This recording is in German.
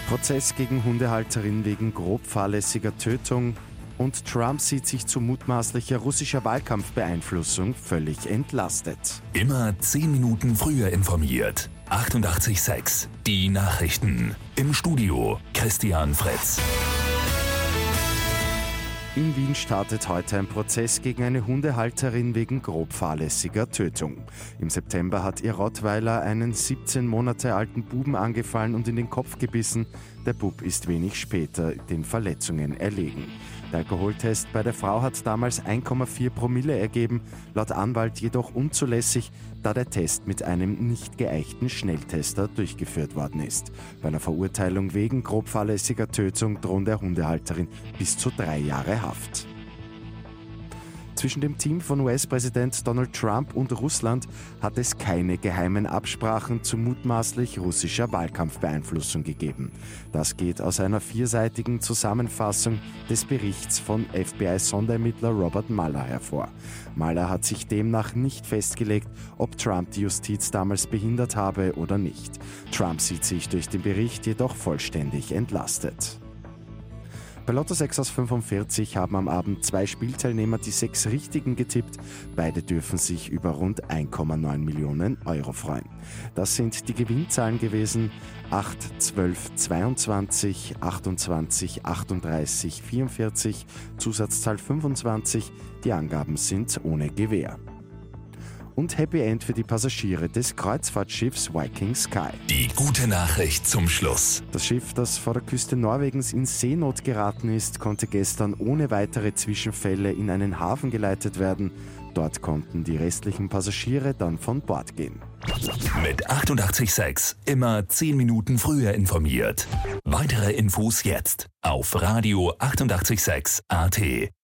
Prozess gegen Hundehalterin wegen grob fahrlässiger Tötung und Trump sieht sich zu mutmaßlicher russischer Wahlkampfbeeinflussung völlig entlastet. Immer 10 Minuten früher informiert. 88,6. Die Nachrichten. Im Studio Christian Fritz. In Wien startet heute ein Prozess gegen eine Hundehalterin wegen grob fahrlässiger Tötung. Im September hat ihr Rottweiler einen 17 Monate alten Buben angefallen und in den Kopf gebissen. Der Bub ist wenig später den Verletzungen erlegen. Der Alkoholtest bei der Frau hat damals 1,4 Promille ergeben, laut Anwalt jedoch unzulässig, da der Test mit einem nicht geeichten Schnelltester durchgeführt worden ist. Bei einer Verurteilung wegen grob fahrlässiger Tötung drohen der Hundehalterin bis zu 3 Jahre Haft. Zwischen dem Team von US-Präsident Donald Trump und Russland hat es keine geheimen Absprachen zu mutmaßlich russischer Wahlkampfbeeinflussung gegeben. Das geht aus einer 4-seitigen Zusammenfassung des Berichts von FBI-Sonderermittler Robert Mueller hervor. Mueller hat sich demnach nicht festgelegt, ob Trump die Justiz damals behindert habe oder nicht. Trump sieht sich durch den Bericht jedoch vollständig entlastet. Bei Lotto 6 aus 45 haben am Abend 2 Spielteilnehmer die 6 Richtigen getippt. Beide dürfen sich über rund 1,9 Millionen Euro freuen. Das sind die Gewinnzahlen gewesen: 8, 12, 22, 28, 38, 44, Zusatzzahl 25. Die Angaben sind ohne Gewähr. Und Happy End für die Passagiere des Kreuzfahrtschiffs Viking Sky. Die gute Nachricht zum Schluss. Das Schiff, das vor der Küste Norwegens in Seenot geraten ist, konnte gestern ohne weitere Zwischenfälle in einen Hafen geleitet werden. Dort konnten die restlichen Passagiere dann von Bord gehen. Mit 88,6 immer 10 Minuten früher informiert. Weitere Infos jetzt auf Radio 88,6 AT.